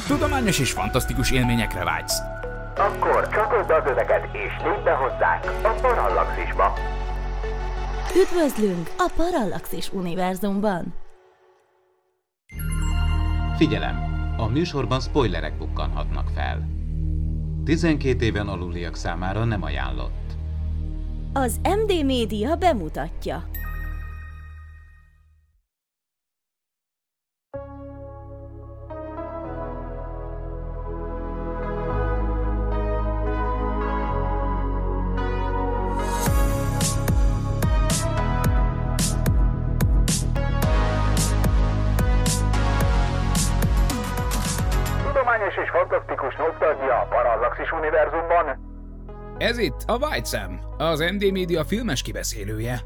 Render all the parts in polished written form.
Tudományos és fantasztikus élményekre vágysz? Akkor csatold az öveket és lépj be hozzánk a Parallaxisba! Üdvözlünk a Parallaxis univerzumban! Figyelem! A műsorban spoilerek bukkanhatnak fel. 12 éven aluliak számára nem ajánlott. Az MD Média bemutatja. Tudományos és fantasztikus nosztalgia a Parallaxis univerzumban. Ez itt a White Sam, az MD Média filmes kibeszélője.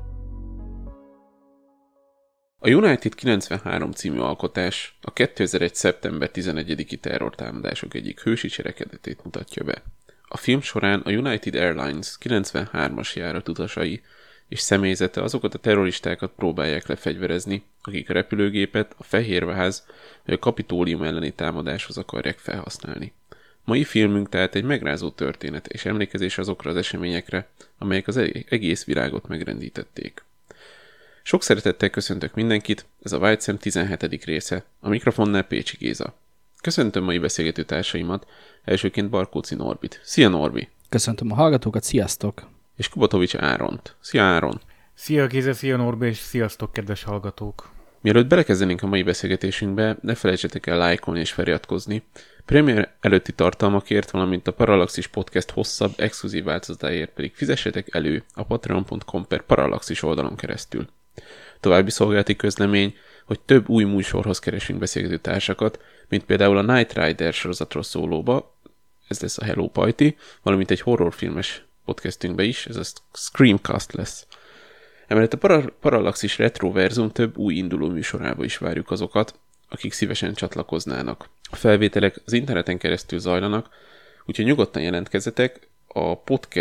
A United 93 című alkotás a 2001. szeptember 11-i terrortámadások egyik hősi cselekedetét mutatja be. A film során a United Airlines 93-as járat utasai és személyzete azokat a terroristákat próbálják lefegyverezni, akik a repülőgépet a Fehérház vagy a Kapitólium elleni támadáshoz akarják felhasználni. Mai filmünk tehát egy megrázó történet és emlékezés azokra az eseményekre, amelyek az egész világot megrendítették. Sok szeretettel köszöntök mindenkit, ez a White Sam 17. része, a mikrofonnál Pécsi Géza. Köszöntöm mai beszélgető társaimat, elsőként Barkóczy Norbit. Szia Norbi! Köszöntöm a hallgatókat, sziasztok! És Kubatovics Áront. Szia Áron! Szia Géza, szia Norbi, és sziasztok, kedves hallgatók! Mielőtt belekezdenénk a mai beszélgetésünkbe, ne felejtsetek el lájkolni és feliratkozni. Premier előtti tartalmakért, valamint a Parallaxis Podcast hosszabb, exkluzív változatáért pedig fizessetek elő a patreon.com/parallaxis oldalon keresztül. További szolgálati közlemény, hogy több új műsorhoz keresünk beszélgető társakat, mint például a Knight Rider sorozatról szólóba, ez lesz a Hello Pajti, valamint egy horrorfilmes podcastünkbe is, ez a Screamcast lesz. Emellett a Parallaxis Retroverzum több új induló műsorába is várjuk azokat, akik szívesen csatlakoznának. A felvételek az interneten keresztül zajlanak, úgyhogy nyugodtan jelentkezzetek, a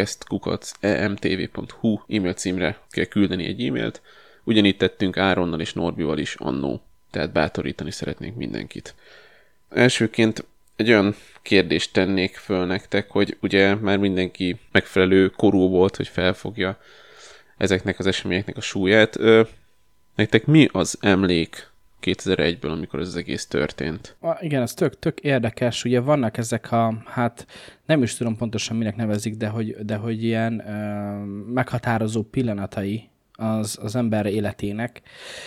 podcast@emtv.hu e-mail címre kell küldeni egy e-mailt, ugyanígy tettünk Áronnal és Norbival is annó, tehát bátorítani szeretnénk mindenkit. Elsőként egy olyan kérdést tennék föl nektek, hogy ugye már mindenki megfelelő korú volt, hogy felfogja ezeknek az eseményeknek a súlyát. Nektek mi az emlék 2001-ből, amikor ez az egész történt? Igen, ez tök érdekes. Ugye vannak ezek hát nem is tudom pontosan minek nevezik, de hogy ilyen meghatározó pillanatai az ember életének.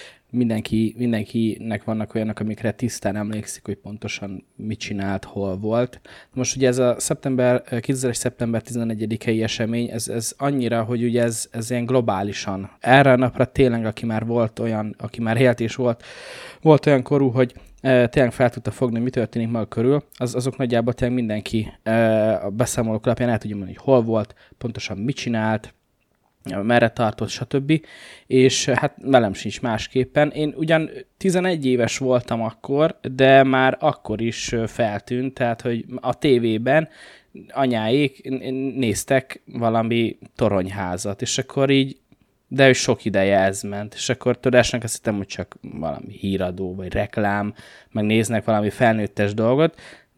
Mindenkinek vannak olyanok, amikre tisztán emlékszik, hogy pontosan mit csinált, hol volt. Most ugye ez a 2001. szeptember 11-i esemény, ez annyira, hogy ugye ez ilyen globálisan. Erre a napra tényleg, aki már volt olyan, aki már élt és volt olyan korú, hogy tényleg fel tudta fogni, mi történik maga körül, azok nagyjából tényleg mindenki a beszámolók alapján el tudja mondani, hogy hol volt, pontosan mit csinált, merre tartott, stb. És hát velem sincs másképpen. Én ugyan 11 éves voltam akkor, de már akkor is feltűnt, tehát, hogy a tévében anyáik néztek valami toronyházat, és akkor így, de ő sok ideje ez ment, és akkor tudásnak azt hittem, hogy csak valami híradó, vagy reklám, meg néznek valami felnőttes dolgot,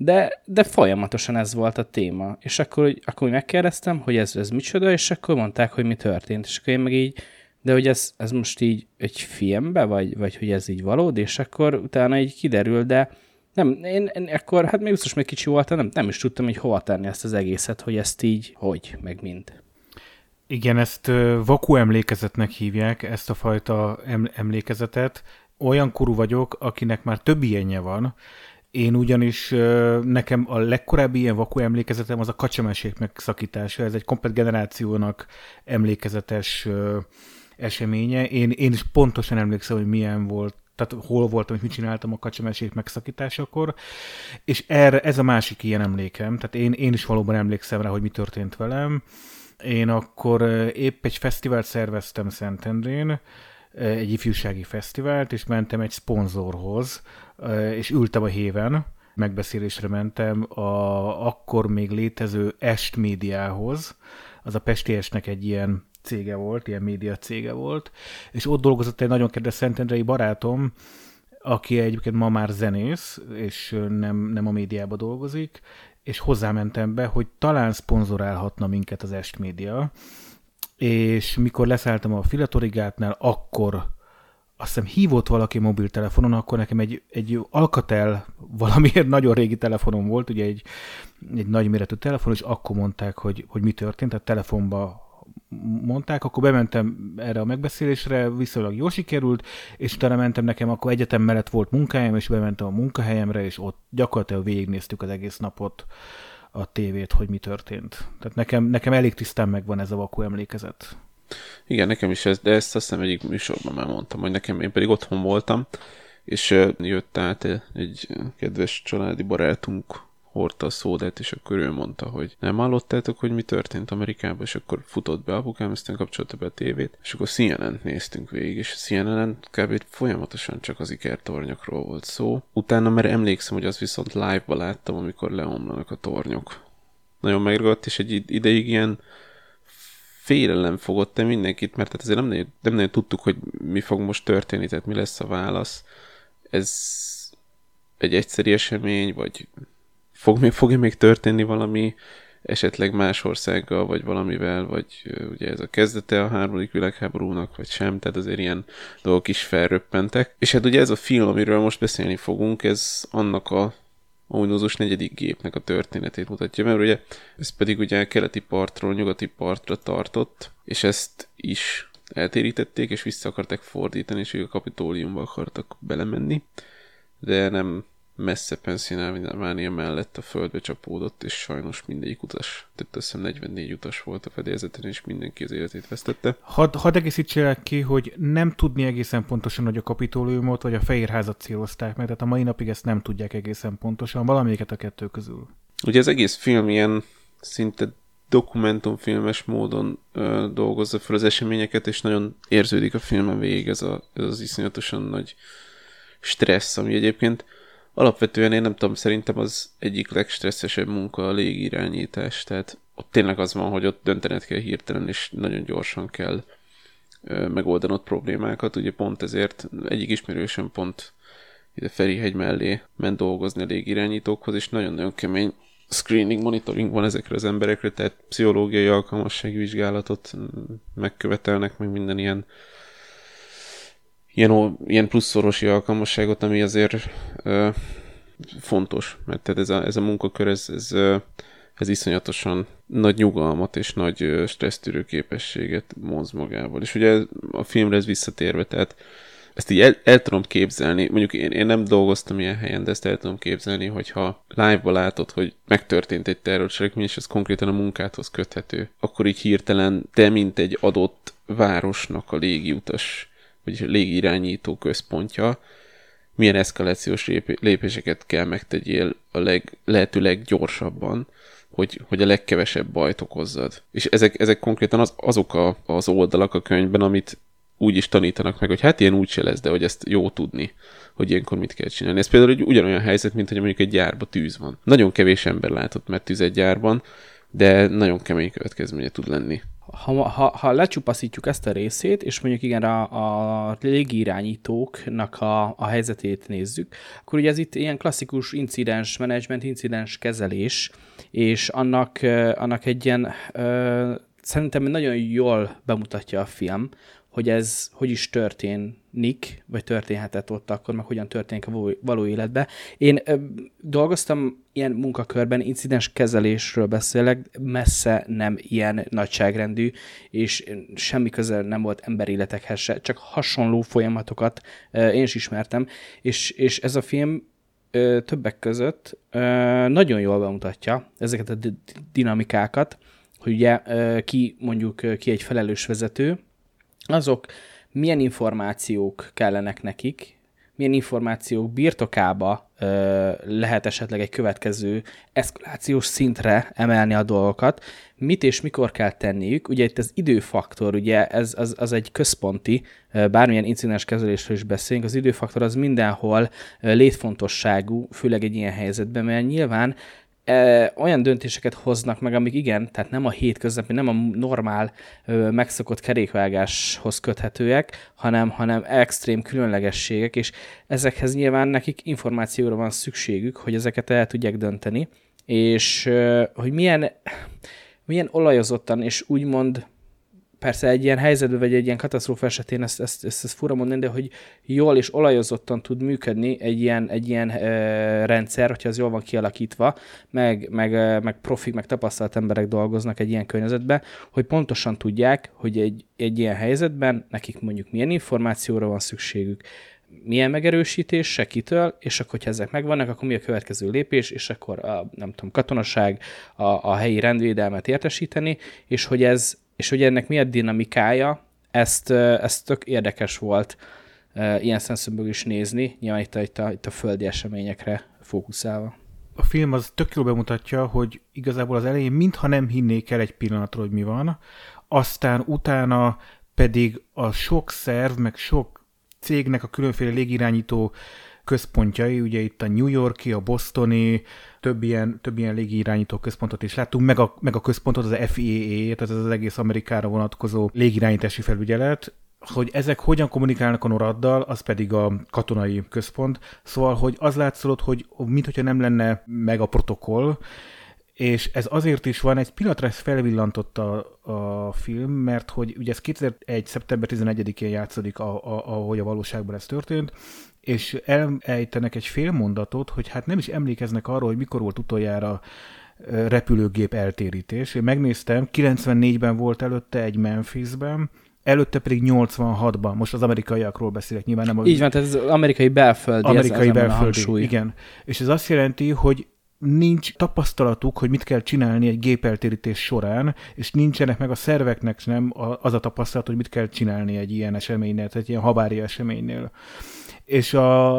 de folyamatosan ez volt a téma. És akkor megkérdeztem, hogy ez micsoda, és akkor mondták, hogy mi történt. És akkor én meg így, de hogy ez most így egy filmbe, vagy hogy ez így valódi, és akkor utána így kiderül, de nem, én akkor, hát még biztos még kicsi voltam, nem is tudtam, hogy hova tenni ezt az egészet, hogy ezt így, hogy, meg mind. Igen, ezt vaku emlékezetnek hívják, ezt a fajta emlékezetet. Olyan korú vagyok, akinek már több ilyenje van. Én ugyanis, nekem a legkorábbi ilyen vaku emlékezetem az a kacsamesék megszakítása, ez egy komplett generációnak emlékezetes eseménye. Én is pontosan emlékszem, hogy milyen volt, tehát hol voltam, és mit csináltam a kacsamesék megszakításakor, és ez a másik ilyen emlékem, tehát én is valóban emlékszem rá, hogy mi történt velem. Én akkor épp egy fesztivált szerveztem Szentendrén, egy ifjúsági fesztivált, és mentem egy szponzorhoz, és ültem a héven, megbeszélésre mentem akkor még létező Est médiához, az a Pesti Estnek egy ilyen cége volt, ilyen média cége volt, és ott dolgozott egy nagyon kedves szentendrei barátom, aki egyébként ma már zenész, és nem a médiában dolgozik, és hozzámentem be, hogy talán szponzorálhatna minket az Est Média, és mikor leszálltam a Filatorigátnál, akkor azt hiszem hívott valaki mobiltelefonon, akkor nekem egy Alcatel valamiért nagyon régi telefonom volt, ugye egy nagyméretű telefon, és akkor mondták, hogy mi történt, tehát telefonba mondták, akkor bementem erre a megbeszélésre, viszonylag jól sikerült, és utána mentem, nekem akkor egyetem mellett volt munkahelyem, és bementem a munkahelyemre, és ott gyakorlatilag végignéztük az egész napot a tévét, hogy mi történt. Tehát nekem elég tisztán megvan ez a vakú emlékezet. Igen, nekem is ez, de ezt azt hiszem egyik műsorban már mondtam, hogy nekem, én pedig otthon voltam, és jött át egy kedves családi barátunk, hordta a szódát, és akkor ő mondta, hogy nem hallottátok, hogy mi történt Amerikában, és akkor futott be apukám, aztán kapcsolta be a tévét, és akkor CNN-t néztünk végig, és a CNN-en kb. Folyamatosan csak az ikertornyokról volt szó. Utána már emlékszem, hogy azt viszont live-ba láttam, amikor leomlanak a tornyok. Nagyon megragadt, és egy ideig ilyen félelem fogott mindenkit, mert azért nem nagyon tudtuk, hogy mi fog most történni, tehát mi lesz a válasz. Ez egy egyszeri esemény, vagy fog-e még történni valami esetleg más országgal, vagy valamivel, vagy ugye ez a kezdete a harmadik világháborúnak, vagy sem, tehát azért ilyen dolgok is felröppentek. És hát ugye ez a film, amiről most beszélni fogunk, ez annak a Windows-os 4. gépnek a történetét mutatja, mert ugye ez pedig ugye keleti partról nyugati partra tartott, és ezt is eltérítették, és vissza akarták fordítani, és ők a Kapitóliumba akartak belemenni, de nem messze Pennsylvania mellett a földbe csapódott, és sajnos mindegyik utas, tehát azt hiszem 44 utas volt a fedélzeten, és mindenki az életét vesztette. Hadd egészítselek ki, hogy nem tudni egészen pontosan, hogy a Kapitóliumot vagy a Fehérházat célozták meg, tehát a mai napig ezt nem tudják egészen pontosan, valamelyiket a kettő közül. Ugye az egész film ilyen szinte dokumentumfilmes módon dolgozza fel az eseményeket, és nagyon érződik a filmen végig ez az iszonyatosan nagy stressz, ami egyébként alapvetően én nem tudom, szerintem az egyik legstresszesebb munka a légirányítás, tehát ott tényleg az van, hogy ott döntened kell hirtelen, és nagyon gyorsan kell megoldanod problémákat, ugye pont ezért egyik ismerősöm pont ide Ferihegy mellé ment dolgozni a légirányítókhoz, és nagyon-nagyon kemény screening, monitoring van ezekre az emberekre, tehát pszichológiai alkalmassági vizsgálatot megkövetelnek, meg minden ilyen pluszorosi alkalmasságot, ami azért fontos, mert tehát ez a munkakör, ez iszonyatosan nagy nyugalmat és nagy stressztűrő képességet vonz magával. És ugye a filmre ez visszatérve, tehát ezt így el tudom képzelni, mondjuk én nem dolgoztam ilyen helyen, de ezt el tudom képzelni, hogyha live-ba látod, hogy megtörtént egy terrorcselekmény, és ez konkrétan a munkádhoz köthető, akkor így hirtelen te, mint egy adott városnak a légiutas, vagy a légirányító központja, milyen eszkalációs lépéseket kell megtegyél a lehető leggyorsabban, hogy a legkevesebb bajt okozzad. És ezek konkrétan azok az oldalak a könyvben, amit úgy is tanítanak meg, hogy hát ilyen úgy se lesz, de hogy ezt jó tudni, hogy ilyenkor mit kell csinálni. Ez például ugyanolyan helyzet, mint hogy mondjuk egy gyárban tűz van. Nagyon kevés ember látott már tüzet gyárban, de nagyon kemény következménye tud lenni. Ha lecsupaszítjuk ezt a részét, és mondjuk igen a légirányítóknak a helyzetét nézzük, akkor ugye ez itt ilyen klasszikus incidens management, incidens kezelés, és annak egy ilyen szerintem nagyon jól bemutatja a film, hogy ez hogy is történik, vagy történhetett ott akkor, meg hogyan történik a való életben. Én dolgoztam ilyen munkakörben, incidens kezelésről beszélek, messze nem ilyen nagyságrendű, és semmi közel nem volt emberéletekhez se, csak hasonló folyamatokat én is ismertem, és ez a film többek között nagyon jól bemutatja ezeket a dinamikákat, hogy ugye ki egy felelős vezető, azok milyen információk kellenek nekik, milyen információk birtokába lehet esetleg egy következő eszkalációs szintre emelni a dolgokat, mit és mikor kell tenniük. Ugye itt az időfaktor, ugye az egy központi, bármilyen incidens kezelésről is beszélünk, az időfaktor az mindenhol létfontosságú, főleg egy ilyen helyzetben, mert nyilván olyan döntéseket hoznak meg, amik igen, tehát nem a hétköznapi, nem a normál megszokott kerékvágáshoz köthetőek, hanem extrém különlegességek, és ezekhez nyilván nekik információra van szükségük, hogy ezeket el tudják dönteni, és hogy milyen olajozottan, és úgymond persze egy ilyen helyzetben, vagy egy ilyen katasztrófa esetén ezt fura mondani, de hogy jól és olajozottan tud működni egy ilyen rendszer, hogyha az jól van kialakítva, meg profik, meg tapasztalt emberek dolgoznak egy ilyen környezetben, hogy pontosan tudják, hogy egy ilyen helyzetben nekik mondjuk milyen információra van szükségük, milyen megerősítés, sekitől, és akkor, hogyha ezek megvannak, akkor mi a következő lépés, és akkor nem tudom, katonaság, a helyi rendvédelmet értesíteni, és hogy ennek mi a dinamikája, ezt tök érdekes volt ilyen szemszögből is nézni, nyilván itt a földi eseményekre fókuszálva. A film az tök jól bemutatja, hogy igazából az elején mintha nem hinnék el egy pillanatról, hogy mi van, aztán utána pedig a sok szerv, meg sok cégnek a különféle légirányító központjai, ugye itt a New Yorki, a bostoni, több ilyen légirányító központot is láttunk, meg a központot, az FAA, tehát ez az egész Amerikára vonatkozó légirányítási felügyelet, hogy ezek hogyan kommunikálnak a NORAD-dal, az pedig a katonai központ. Szóval, hogy az látszott, hogy mintha nem lenne meg a protokoll, és ez azért is van, egy pillanatra ezt felvillantott a film, mert hogy ugye ez 2001. szeptember 11-én játszódik, ahogy a valóságban ez történt, és elejtenek egy fél mondatot, hogy hát nem is emlékeznek arról, hogy mikor volt utoljára repülőgép eltérítés. Én megnéztem, 94-ben volt előtte egy Memphisben, előtte pedig 86-ban, most az amerikaiakról beszélek, nyilván nem. Így van, tehát ez amerikai belföldi, igen. És ez azt jelenti, hogy nincs tapasztalatuk, hogy mit kell csinálni egy gépeltérítés során, és nincsenek meg a szerveknek sem az a tapasztalat, hogy mit kell csinálni egy ilyen eseménynél, tehát egy ilyen havária eseménynél. És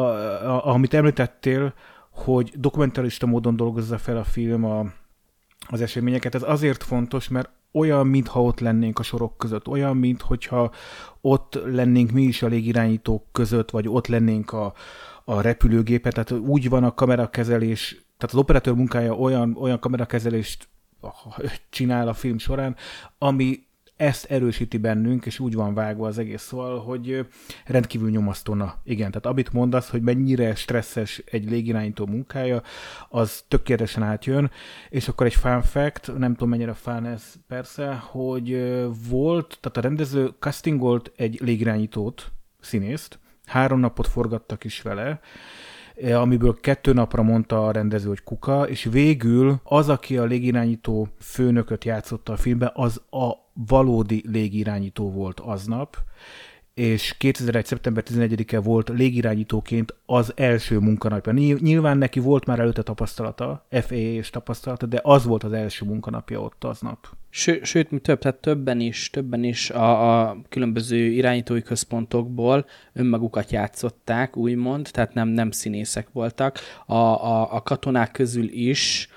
amit említettél, hogy dokumentarista módon dolgozza fel a film az eseményeket, ez azért fontos, mert olyan, mintha ott lennénk a sorok között, olyan, mintha ott lennénk mi is a légirányítók között, vagy ott lennénk a repülőgépet, tehát úgy van a kamerakezelés, tehát az operatőr munkája olyan kamerakezelést csinál a film során, ami ezt erősíti bennünk, és úgy van vágva az egész, szóval, hogy rendkívül nyomasztóna. Igen, tehát amit mondasz, hogy mennyire stresszes egy légirányító munkája, az tökéletesen átjön, és akkor egy fun fact, nem tudom mennyire fun ez persze, hogy tehát a rendező castingolt egy légirányítót, színészt, 3 napot forgattak is vele, amiből 2 napra mondta a rendező, hogy kuka, és végül az, aki a légirányító főnököt játszotta a filmben, az a valódi légirányító volt aznap, és 2001. szeptember 11-e volt légirányítóként az első munkanapja. Nyilván neki volt már előtte tapasztalata, FAA-s tapasztalata, de az volt az első munkanapja ott aznap. Sőt, tehát többen is a különböző irányítói központokból önmagukat játszották, úgymond, tehát nem színészek voltak. A katonák közül is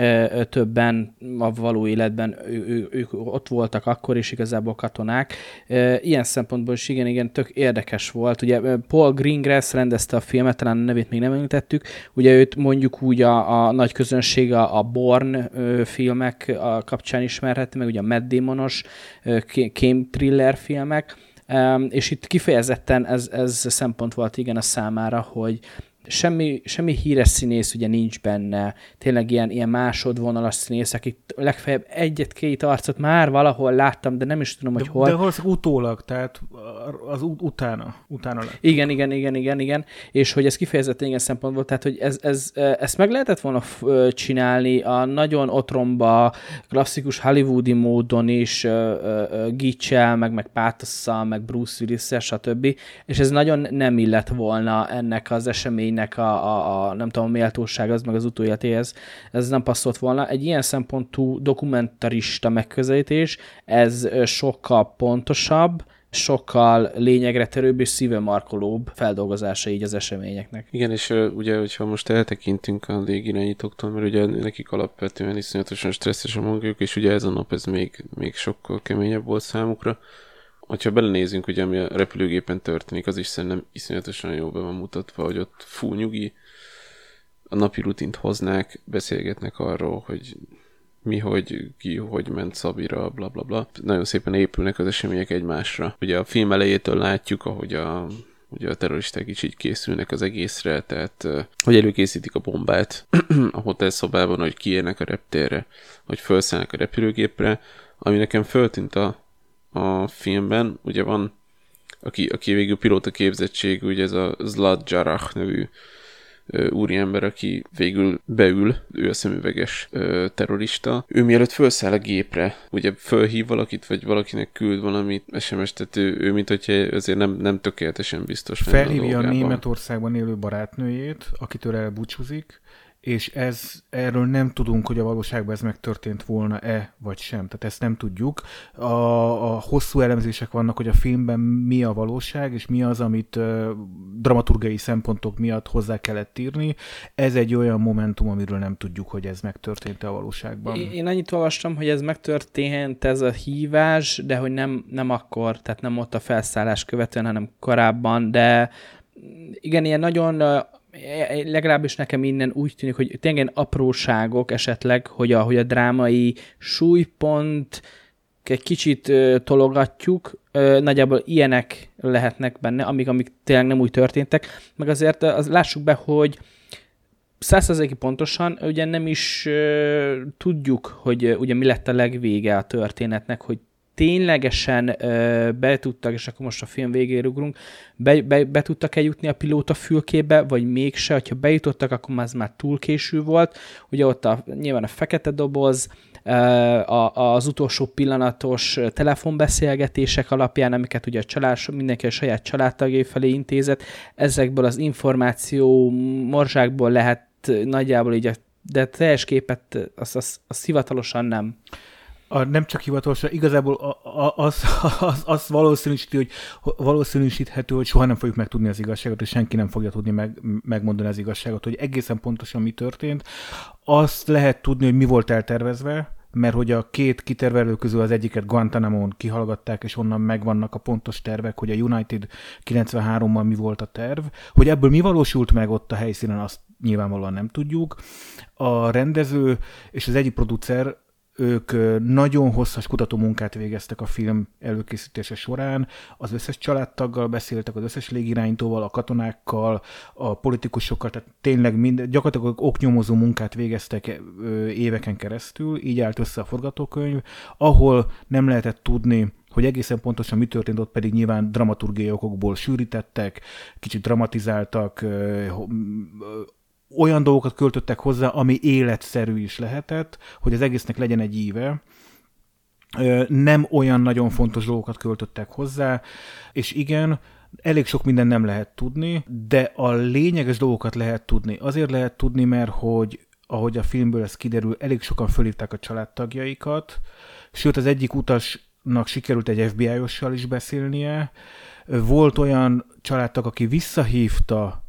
többen a való életben ők ott voltak akkor is igazából katonák. Ilyen szempontból is igen, tök érdekes volt. Ugye Paul Greengrass rendezte a filmet, talán a nevét még nem említettük. Ugye őt mondjuk úgy a nagy közönség a Bourne filmek kapcsán ismerheti, meg ugye a Matt Damonos crime thriller filmek. És itt kifejezetten ez szempont volt igen a számára, hogy semmi híres színész ugye nincs benne, tényleg ilyen másodvonalas színész, akik legfeljebb 1-2 arcot már valahol láttam, de nem is tudom, hogy hol. De valószínűleg utólag, tehát az utána lett. Igen, és hogy ez kifejezetten igen szempont volt, tehát hogy ezt meg lehetett volna csinálni a nagyon otromba, klasszikus hollywoodi módon is, Gitchel, meg Páthosszal, meg Bruce Willis-szel, stb. És ez nagyon nem illett volna ennek az eseménynek a nem tudom, a méltóság az, meg az utóéletéhez, ez nem passzolt volna. Egy ilyen szempontú dokumentarista megközelítés, ez sokkal pontosabb, sokkal lényegre törőbb és szívemarkolóbb feldolgozása így az eseményeknek. Igen, és ugye, hogyha most eltekintünk a légirányítóktól, mert ugye nekik alapvetően iszonyatosan stresszes a munkájuk, és ugye ez a nap ez még sokkal keményebb volt számukra. Ha belenézünk, ugye, ami a repülőgépen történik, az is szerintem iszonyatosan jól be van mutatva, hogy ott full nyugi, a napi rutint hoznák, beszélgetnek arról, hogy mi, hogy ki, hogy ment Szabira, bla bla bla. Nagyon szépen épülnek az események egymásra. Ugye a film elejétől látjuk, ahogy ugye a terroristák is így készülnek az egészre, tehát hogy előkészítik a bombát a hotelszobában, hogy kiérnek a reptérre, hogy felszállnak a repülőgépre, ami nekem föltűnt a filmben, ugye van, aki végül pilóta képzettség, ugye ez a Zlat Jarrah nevű úriember, aki végül beül, ő a szemüveges terrorista. Ő mielőtt felszáll a gépre, ugye fölhív valakit, vagy valakinek küld valamit, SMS, tehát ő mint hogyha azért nem tökéletesen biztos. Felhívja a Németországban élő barátnőjét, akitől elbúcsúzik, és erről nem tudunk, hogy a valóságban ez megtörtént volna-e, vagy sem. Tehát ezt nem tudjuk. A hosszú elemzések vannak, hogy a filmben mi a valóság, és mi az, amit dramaturgiai szempontok miatt hozzá kellett írni. Ez egy olyan momentum, amiről nem tudjuk, hogy ez megtörtént-e a valóságban. Én annyit olvastam, hogy ez megtörtént, ez a hívás, de hogy nem akkor, tehát nem ott a felszállás követően, hanem korábban, de igen, ilyen nagyon... legalábbis nekem innen úgy tűnik, hogy tényleg apróságok esetleg, hogy a drámai súlypont egy kicsit tologatjuk, nagyjából ilyenek lehetnek benne, amik tényleg nem úgy történtek, meg azért lássuk be, hogy 100%-ig pontosan ugye nem is tudjuk, hogy ugye mi lett a legvége a történetnek, hogy ténylegesen be tudtak, és akkor most a film végére ugrunk, be tudtak eljutni a pilóta fülkébe, vagy mégse, hogyha bejutottak, akkor az már túl késő volt. Ugye ott nyilván a fekete doboz, az utolsó pillanatos telefonbeszélgetések alapján, amiket ugye mindenki a saját családtagjai felé intézett, ezekből az információ morzsákból lehet nagyjából így, de teljes képet az hivatalosan nem. Nem csak hivatalosan, igazából az valószínűsíthető, hogy soha nem fogjuk megtudni az igazságot, és senki nem fogja tudni megmondani az igazságot, hogy egészen pontosan mi történt. Azt lehet tudni, hogy mi volt eltervezve, mert hogy a két kitervelő közül az egyiket Guantanamon kihallgatták, és onnan megvannak a pontos tervek, hogy a United 93-mal mi volt a terv. Hogy ebből mi valósult meg ott a helyszínen, azt nyilvánvalóan nem tudjuk. A rendező és az egyik producer, ők nagyon hosszas kutatómunkát végeztek a film előkészítése során, az összes családtaggal beszéltek, az összes légirányítóval, a katonákkal, a politikusokkal, tehát tényleg gyakorlatilag oknyomozó munkát végeztek éveken keresztül, így állt össze a forgatókönyv, ahol nem lehetett tudni, hogy egészen pontosan mi történt, ott pedig nyilván dramaturgiai okokból sűrítettek, kicsit dramatizáltak, olyan dolgokat költöttek hozzá, ami életszerű is lehetett, hogy az egésznek legyen egy íve. Nem olyan nagyon fontos dolgokat költöttek hozzá, és igen, elég sok minden nem lehet tudni, de a lényeges dolgokat lehet tudni. Azért lehet tudni, mert hogy, ahogy a filmből ez kiderül, elég sokan fölhívták a családtagjaikat, sőt az egyik utasnak sikerült egy FBI-ossal is beszélnie. Volt olyan családtag, aki visszahívta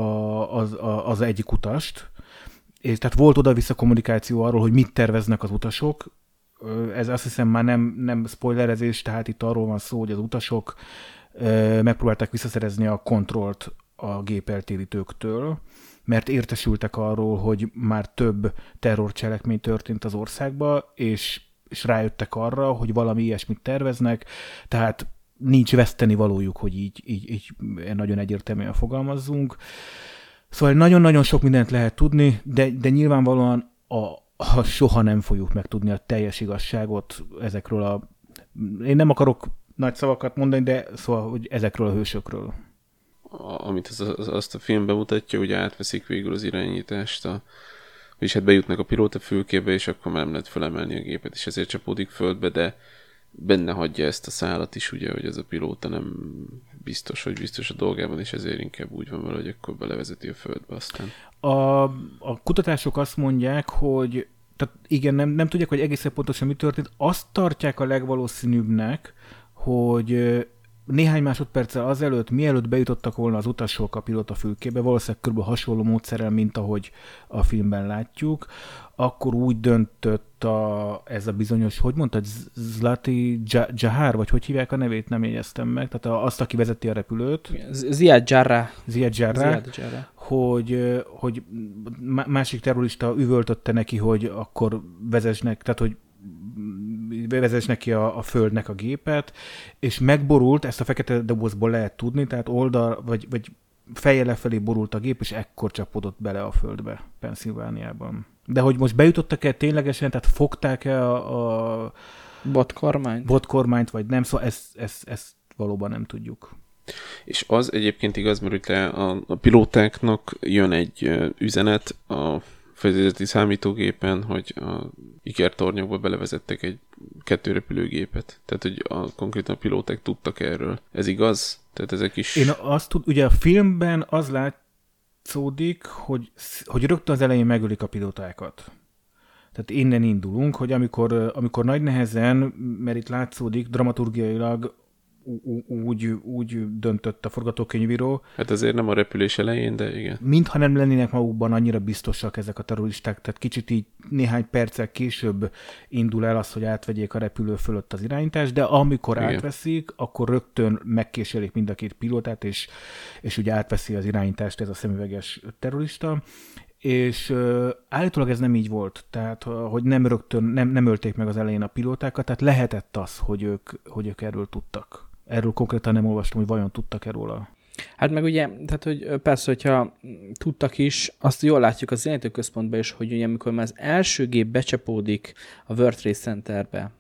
az egyik utast, és tehát volt oda-vissza kommunikáció arról, hogy mit terveznek az utasok. Ez azt hiszem már nem spoilerezés, tehát itt arról van szó, hogy az utasok megpróbálták visszaszerezni a kontrollt a gépeltérítőktől, mert értesültek arról, hogy már több terrorcselekmény történt az országban, és rájöttek arra, hogy valami ilyesmit terveznek, tehát nincs veszteni valójuk, hogy így nagyon egyértelműen fogalmazzunk. Szóval nagyon-nagyon sok mindent lehet tudni, de nyilvánvalóan soha nem fogjuk megtudni a teljes igazságot ezekről én nem akarok nagy szavakat mondani, de szóval, hogy ezekről a hősökről. Amit azt a film bemutatja, ugye átveszik végül az irányítást, és hát bejutnak a pilóta fülkébe, és akkor már nem lehet felemelni a gépet, és ezért csapódik földbe, de benne hagyja ezt a szálat is, ugye, hogy ez a pilóta nem biztos, hogy biztos a dolgában, és ezért inkább úgy van vele, hogy akkor belevezeti a földbe aztán. A kutatások azt mondják, hogy tehát igen, nem tudják, hogy egészen pontosan mi történt. Azt tartják a legvalószínűbbnek, hogy néhány másodperccel azelőtt, mielőtt bejutottak volna az utasok a pilóta fülkébe, valószínűleg kb. Hasonló módszerrel, mint ahogy a filmben látjuk, akkor úgy döntött ez a bizonyos, hogy mondtad, Zlati Jahar, vagy hogy hívják a nevét, nem jegyeztem meg, tehát azt, aki vezeti a repülőt. Ziad Jarrah. Ziad Jarrah, hogy másik terrorista üvöltötte neki, hogy akkor vezess neki a földnek a gépet, és megborult, ezt a fekete dobozból lehet tudni, tehát oldal, vagy feje lefelé borult a gép, és ekkor csapódott bele a földbe, Pennsylvániában. De hogy most bejutottak-e ténylegesen, tehát fogták-e a botkormányt, vagy nem, szóval ezt valóban nem tudjuk. És az egyébként igaz, mert ugye a pilótáknak jön egy üzenet a fedélzeti számítógépen, hogy a ikertornyokba belevezettek egy 2 repülőgépet. Tehát, hogy konkrétan a pilóták tudtak erről. Ez igaz? Tehát ezek is... Én azt ugye a filmben az látszódik, hogy rögtön az elején megölik a pilótákat. Tehát innen indulunk, hogy amikor nagy nehezen, mert itt látszódik, dramaturgiailag úgy döntött a forgatókönyvíró. Hát azért nem a repülés elején, de igen. Mintha nem lennének magukban annyira biztosak ezek a terroristák, tehát kicsit így néhány perccel később indul el az, hogy átvegyék a repülő fölött az irányítást, de amikor igen. átveszik, akkor rögtön megkéselik mind a 2 pilótát, és ugye átveszi az irányítást ez a szemüveges terrorista. És állítólag ez nem így volt, tehát hogy nem rögtön, nem ölték meg az elején a pilótákat, tehát lehetett az, hogy ők erről tudtak. Erről konkrétan nem olvastam, hogy vajon tudtak-e róla. Hát meg ugye, tehát hogy persze, hogyha tudtak is, azt jól látjuk az irányítóközpontban is, hogy ugye amikor már az első gép becsapódik a World Trade Centerbe,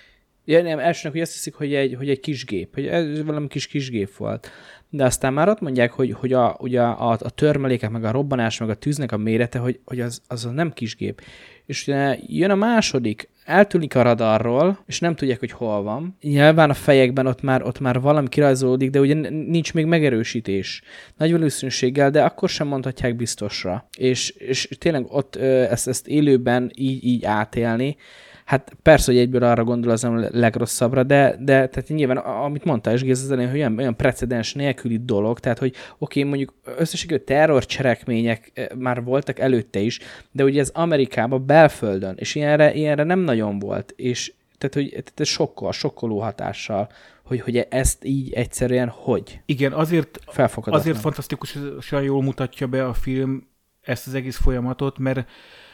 nem, elsőnek, hogy azt hiszik, hogy egy kis gép, hogy ez valami kis gép volt. De aztán már ott mondják, hogy a törmelékek, meg a robbanás, meg a tűznek a mérete, hogy az nem kis gép. És ugye jön a második, eltűnik a radarról, és nem tudják, hogy hol van. Nyilván a fejekben ott már valami kirajzolódik, de ugye nincs még megerősítés. Nagy valószínűséggel, de akkor sem mondhatják biztosra. És tényleg ott ezt élőben így átélni, hát persze, hogy egyből arra gondol az a legrosszabbra, de tehát nyilván, amit mondta is Géza az elején, hogy olyan precedens nélküli dolog, tehát, hogy oké, mondjuk összességében terrorcselekmények már voltak előtte is, de ugye ez Amerikában belföldön, és ilyenre nem nagyon volt, és tehát, hogy ez sokkoló hatással, hogy ezt így egyszerűen hogy? Igen, azért fantasztikusan jól mutatja be a film ezt az egész folyamatot, mert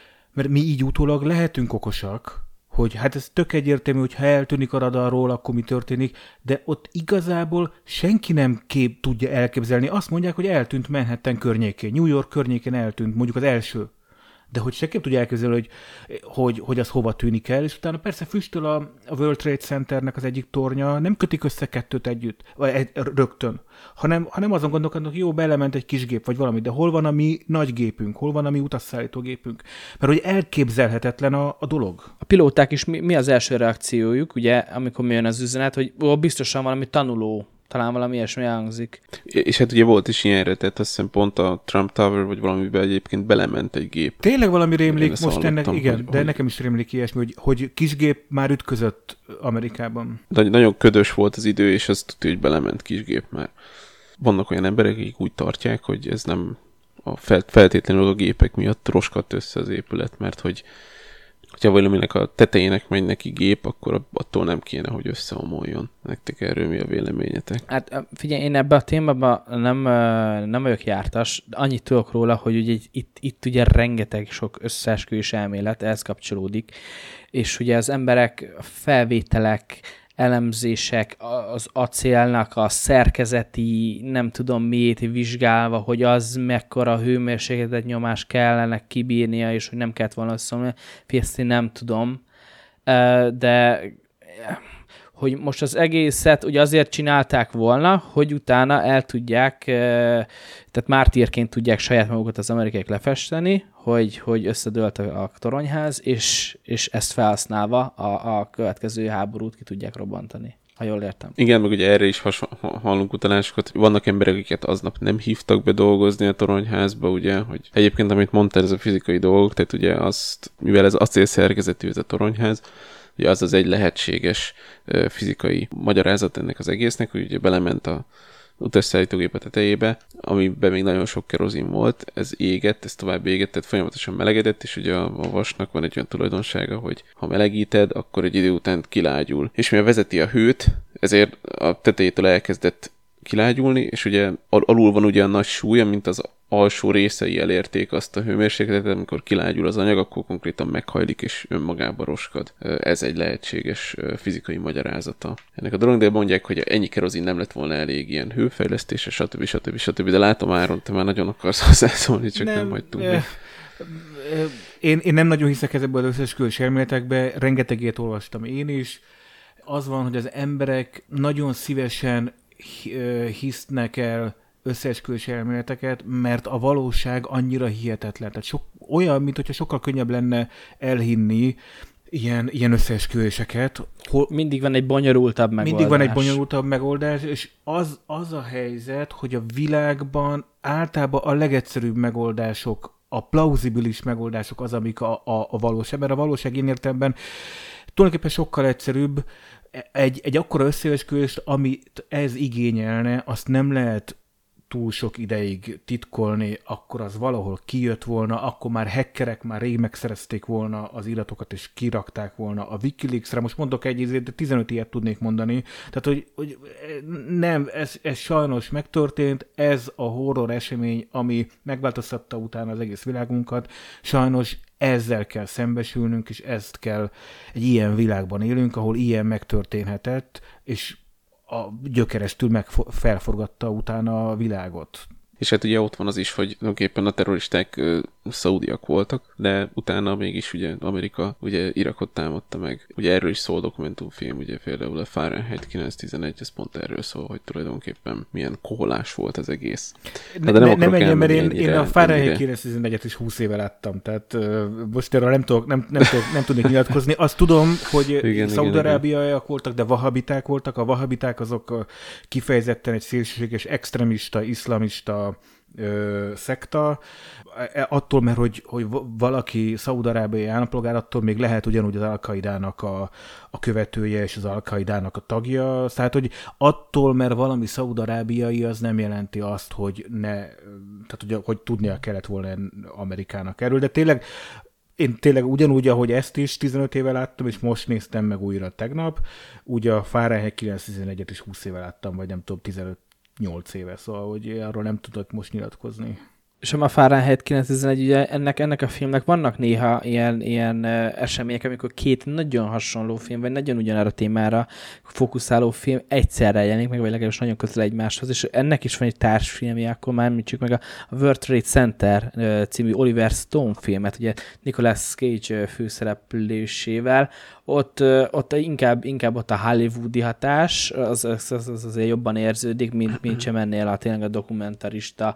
mi így utólag lehetünk okosak, hogy hát ez tök egyértelmű, hogy ha eltűnik a radarról, akkor mi történik, de ott igazából senki nem tudja elképzelni. Azt mondják, hogy eltűnt Manhattan környékén, New York környékén eltűnt, mondjuk az első. De hogy senki nem tudja elképzelni, hogy az hova tűnik el, és utána persze füstöl a World Trade Centernek az egyik tornya, nem kötik össze 2 együtt, vagy rögtön, hanem azon gondolkodnak, hogy jó, belement egy kis gép, vagy valami, de hol van a mi nagy gépünk, hol van a mi utasszállító gépünk? Mert hogy elképzelhetetlen a dolog. A pilóták is mi az első reakciójuk, ugye, amikor jön az üzenet, hogy biztosan valami tanuló, talán valami ilyesmi elhangzik. És hát ugye volt is ilyenre, tehát azt hiszem pont a Trump Tower, vagy valamiben egyébként belement egy gép. Tényleg valami rémlik most ennek, igen, de nekem is rémlik ilyesmi, hogy kisgép már ütközött Amerikában. Nagyon ködös volt az idő, és azt tudja, hogy belement kisgép már. Vannak olyan emberek, akik úgy tartják, hogy ez nem feltétlenül a gépek miatt roskadt össze az épület, mert hogyha valaminek a tetejének megy neki gép, akkor attól nem kéne, hogy összeomoljon. Nektek erről mi a véleményetek? Hát figyelj, én ebben a témában nem vagyok jártas. Annyit tudok róla, hogy ugye itt ugye rengeteg sok összeesküvés elmélet ehhez kapcsolódik, és ugye az emberek felvételek, elemzések, az acélnak a szerkezeti, nem tudom miért vizsgálva, hogy az mekkora hőmérsékletet nyomás kellene kibírnia, és hogy nem kellett volna összeomlani. Ezt én nem tudom. De hogy most az egészet ugye azért csinálták volna, hogy utána el tudják, tehát mártírként tudják saját magukat az amerikaiak lefesteni, hogy összedőlt a toronyház, és ezt felhasználva a következő háborút ki tudják robbantani, ha jól értem. Igen, meg ugye erre is hallunk utalásokat. Vannak emberek, akiket aznap nem hívtak be dolgozni a toronyházba, ugye, hogy egyébként, amit mondtál, ez a fizikai dolgok, tehát ugye mivel ez acélszerkezetű ez a toronyház, ugye az egy lehetséges fizikai magyarázat ennek az egésznek, hogy ugye belement a utasszállítógép a tetejébe, amiben még nagyon sok kerozin volt, ez égett, ez tovább égett, tehát folyamatosan melegedett, és ugye a vasnak van egy olyan tulajdonsága, hogy ha melegíted, akkor egy idő után kilágyul. És mivel vezeti a hőt, ezért a tetejétől elkezdett kilágyulni, és ugye alul van ugye a nagy súlya, mint az alsó részei elérték azt a hőmérsékletet, amikor kilágyul az anyag, akkor konkrétan meghajlik és önmagába roskad. Ez egy lehetséges fizikai magyarázata ennek a dolog, de mondják, hogy ennyi kerozin nem lett volna elég ilyen hőfejlesztése, stb. De látom, Áron, te már nagyon akarsz hozzászólni, csak nem majd tudni. Én nem nagyon hiszek ezekből az összeesküvés elméletekbe, rengetegét olvastam én is. Az van, hogy az emberek nagyon szívesen hisznek el összeesküvés elméleteket, mert a valóság annyira hihetetlen. Tehát olyan, mintha sokkal könnyebb lenne elhinni ilyen összeesküvéseket. Mindig van egy bonyolultabb megoldás. És az a helyzet, hogy a világban általában a legegyszerűbb megoldások, a plauzibilis megoldások az, amik a valóság. Mert a valóság én értelemben tulajdonképpen sokkal egyszerűbb. Egy akkora összeesküvést, amit ez igényelne, azt nem lehet túl sok ideig titkolni, akkor az valahol kijött volna, akkor már hackerek már rég megszerezték volna az iratokat, és kirakták volna a Wikileaks-re. Most mondok de 15 ilyet tudnék mondani. Tehát, hogy nem, ez sajnos megtörtént, ez a horror esemény, ami megváltoztatta utána az egész világunkat. Sajnos ezzel kell szembesülnünk, és ezt kell, egy ilyen világban élünk, ahol ilyen megtörténhetett, és a gyökerestül felforgatta utána a világot. És hát ugye ott van az is, hogy tulajdonképpen a terroristák szaudiak voltak, de utána mégis ugye Amerika ugye Irakot támadta meg. Ugye erről is szól dokumentumfilm, ugye például a Fahrenheit 911, ez pont erről szól, hogy tulajdonképpen milyen koholás volt az egész. Nem menjen, mert én a Fahrenheit 911-et is 20 éve láttam, tehát most erről nem tudnék nyilatkozni. Azt tudom, hogy szaúd-arábiaiak voltak, de vahabiták voltak. A vahabiták azok kifejezetten egy szélsőséges, extremista, iszlamista szekta. Attól, mert hogy valaki szaúd-arábiai állampolgár, attól még lehet ugyanúgy az Al-Qaidának a követője és az Al-Qaidának a tagja. Tehát, hogy attól, mert valami szaúd-arábiai, az nem jelenti azt, hogy tehát, hogy tudnia kellett volna Amerikának erről. De én tényleg ugyanúgy, ahogy ezt is 15 éve láttam, és most néztem meg újra tegnap, ugye a Fahrenheit 911-et is 20 éve láttam, vagy nem tudom, 8 éve, szóval hogy arról nem tudok most nyilatkozni. És a Fahrenheit 911, ugye ennek a filmnek vannak néha ilyen események, amikor két nagyon hasonló film, vagy nagyon ugyanára a témára fókuszáló film egyszerre jelenik meg, vagy legalábbis nagyon közel egymáshoz, és ennek is van egy társfilmje, akkor már említsük meg a World Trade Center című Oliver Stone filmet, ugye Nicolas Cage főszereplésével, ott inkább ott a hollywoodi hatás, az azért jobban érződik, mint sem ennél tényleg a dokumentarista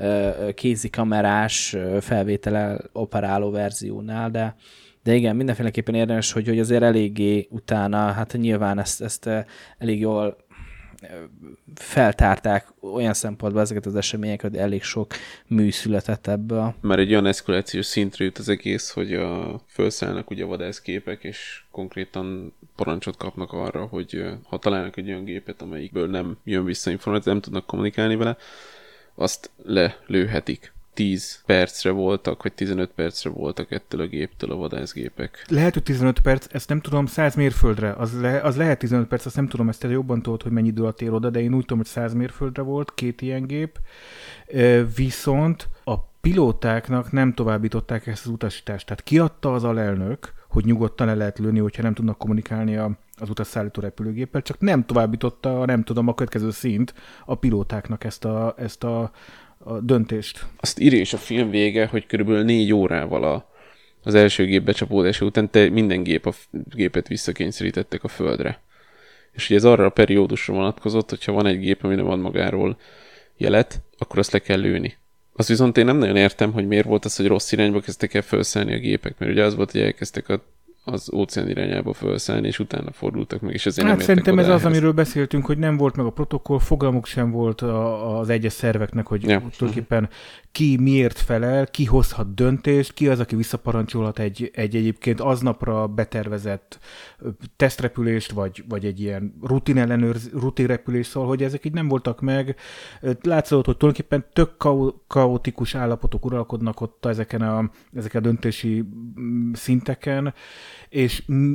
kézikamerás felvétellel operáló verziónál, de igen, mindenféleképpen érdemes, hogy azért eléggé utána, hát nyilván ezt elég jól feltárták olyan szempontból ezeket az eseményeket, hogy elég sok mű született ebből. Már egy olyan eszkalációs szintre jut az egész, hogy felszállnak ugye vadászgépek, és konkrétan parancsot kapnak arra, hogy ha találnak egy olyan gépet, amelyikből nem jön vissza információ, nem tudnak kommunikálni vele, azt lelőhetik. 10 percre voltak, vagy 15 percre voltak ettől a géptől a vadászgépek. Lehet, hogy 15 perc, ezt nem tudom, 100 mérföldre, az lehet 15 perc, azt nem tudom, ezt te jobban tudod, hogy mennyi idő alatt ér oda, de én úgy tudom, hogy 100 mérföldre volt, 2 ilyen gép, viszont a pilótáknak nem továbbították ezt az utasítást, tehát kiadta az alelnök, hogy nyugodtan le lehet lőni, hogyha nem tudnak kommunikálni az utasszállító repülőgéppel, csak nem továbbította, nem tudom, a következő szint a pilótáknak ezt a döntést. Azt írja is a film vége, hogy körülbelül 4 órával az első gép becsapódása után minden gépet visszakényszerítettek a földre. És ugye ez arra a periódusra vonatkozott, hogyha van egy gép, ami nem ad magáról jelet, akkor azt le kell lőni. Azt viszont én nem nagyon értem, hogy miért volt az, hogy rossz irányba kezdtek el felszállni a gépek, mert ugye az volt, hogy elkezdtek az óceán irányába felszállni, és utána fordultak meg, és ezért nem értek szerintem ez odáhez. az, amiről beszéltünk, hogy nem volt meg a protokoll, fogalmuk sem volt az egyes szerveknek, hogy tulajdonképpen ki miért felel, ki hozhat döntést, ki az, aki visszaparancsolhat egy egyébként aznapra betervezett tesztrepülést, vagy egy ilyen rutinrepülést, szóval, hogy ezek így nem voltak meg. Látszott, hogy tulajdonképpen tök kaotikus állapotok uralkodnak ott ezeken a döntési szinteken, és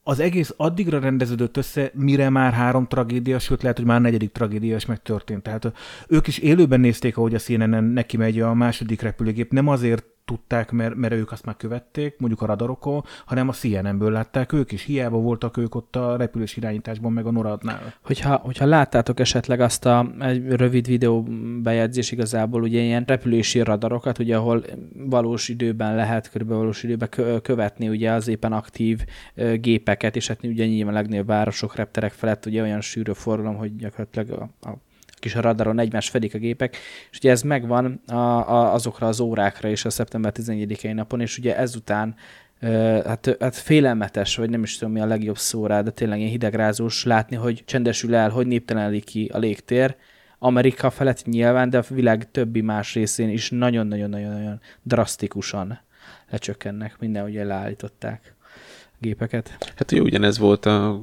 az egész addigra rendeződött össze, mire már 3 tragédia, sőt lehet, hogy már 4. tragédia is megtörtént. Tehát ők is élőben nézték, ahogy a CNN-en neki megy a második repülőgép. Nem azért tudták, mert ők azt már követték, mondjuk a radarokon, hanem a CNN-ből látták ők is. Hiába voltak ők ott a repülés irányításban, meg a NORAD-nál. Hogyha láttátok esetleg azt egy rövid videó bejegyzés igazából, ugye ilyen repülési radarokat, ugye ahol valós időben lehet, körülbelül valós időben követni ugye az éppen aktív gépeket, és hát ugye nyilván legnagyobb városok, repterek felett ugye olyan sűrű forgalom, hogy gyakorlatilag a kis radaron egymást fedik a gépek, és ugye ez megvan azokra az órákra is a szeptember 11-i napon, és ugye ezután hát félelmetes, vagy nem is tudom mi a legjobb szó rá, de tényleg ilyen hidegrázós látni, hogy csendesül el, hogy néptelenedik ki a légtér, Amerika felett nyilván, de a világ többi más részén is nagyon-nagyon-nagyon drasztikusan lecsökkennek, minden ugye leállították a gépeket. Hát ugye ugyanez volt a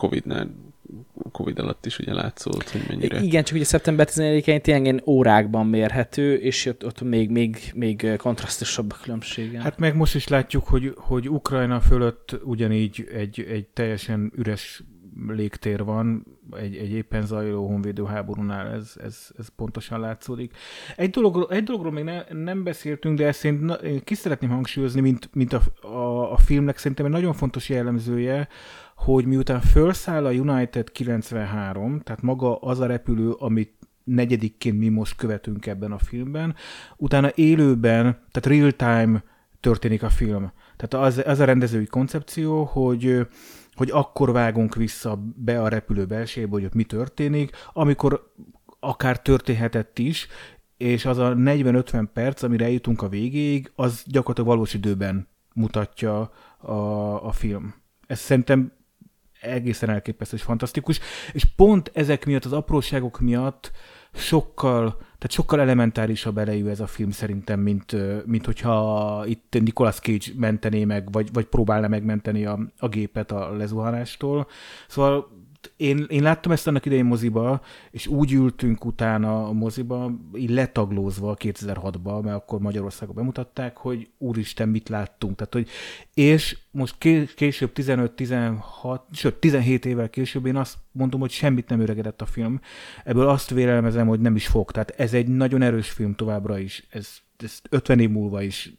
Covid alatt is ugye látszott, hogy mennyire... Igen, csak ugye szeptember 11-én tényleg ilyen órákban mérhető, és ott még kontrasztosabb a különbsége. Hát meg most is látjuk, hogy Ukrajna fölött ugyanígy egy teljesen üres légtér van, egy éppen zajló honvédő háborúnál ez pontosan látszódik. Egy dologról még nem beszéltünk, de ezt én ki szeretném hangsúlyozni, mint a filmnek szerintem egy nagyon fontos jellemzője, hogy miután felszáll a United 93, tehát maga az a repülő, amit 4-ként mi most követünk ebben a filmben, utána élőben, tehát real time történik a film. Tehát az a rendezői koncepció, hogy akkor vágunk vissza be a repülő belsébe, hogy ott mi történik, amikor akár történhetett is, és az a 40-50 perc, amire eljutunk a végéig, az gyakorlatilag valós időben mutatja a film. Ez szerintem egészen elképesztő és fantasztikus, és pont ezek miatt, az apróságok miatt sokkal elementárisabb elejű ez a film szerintem, mint hogyha itt Nicolas Cage mentené meg, vagy próbálna megmenteni a gépet a lezuhanástól. Szóval én láttam ezt annak idején moziba, és úgy ültünk utána a moziba, így letaglózva 2006-ban, mert akkor Magyarországon bemutatták, hogy úristen, mit láttunk. Tehát, hogy, és most később 15-16, sőt 17 évvel később én azt mondom, hogy semmit nem öregedett a film. Ebből azt vélelmezem, hogy nem is fog. Tehát ez egy nagyon erős film továbbra is. Ez 50 év múlva is,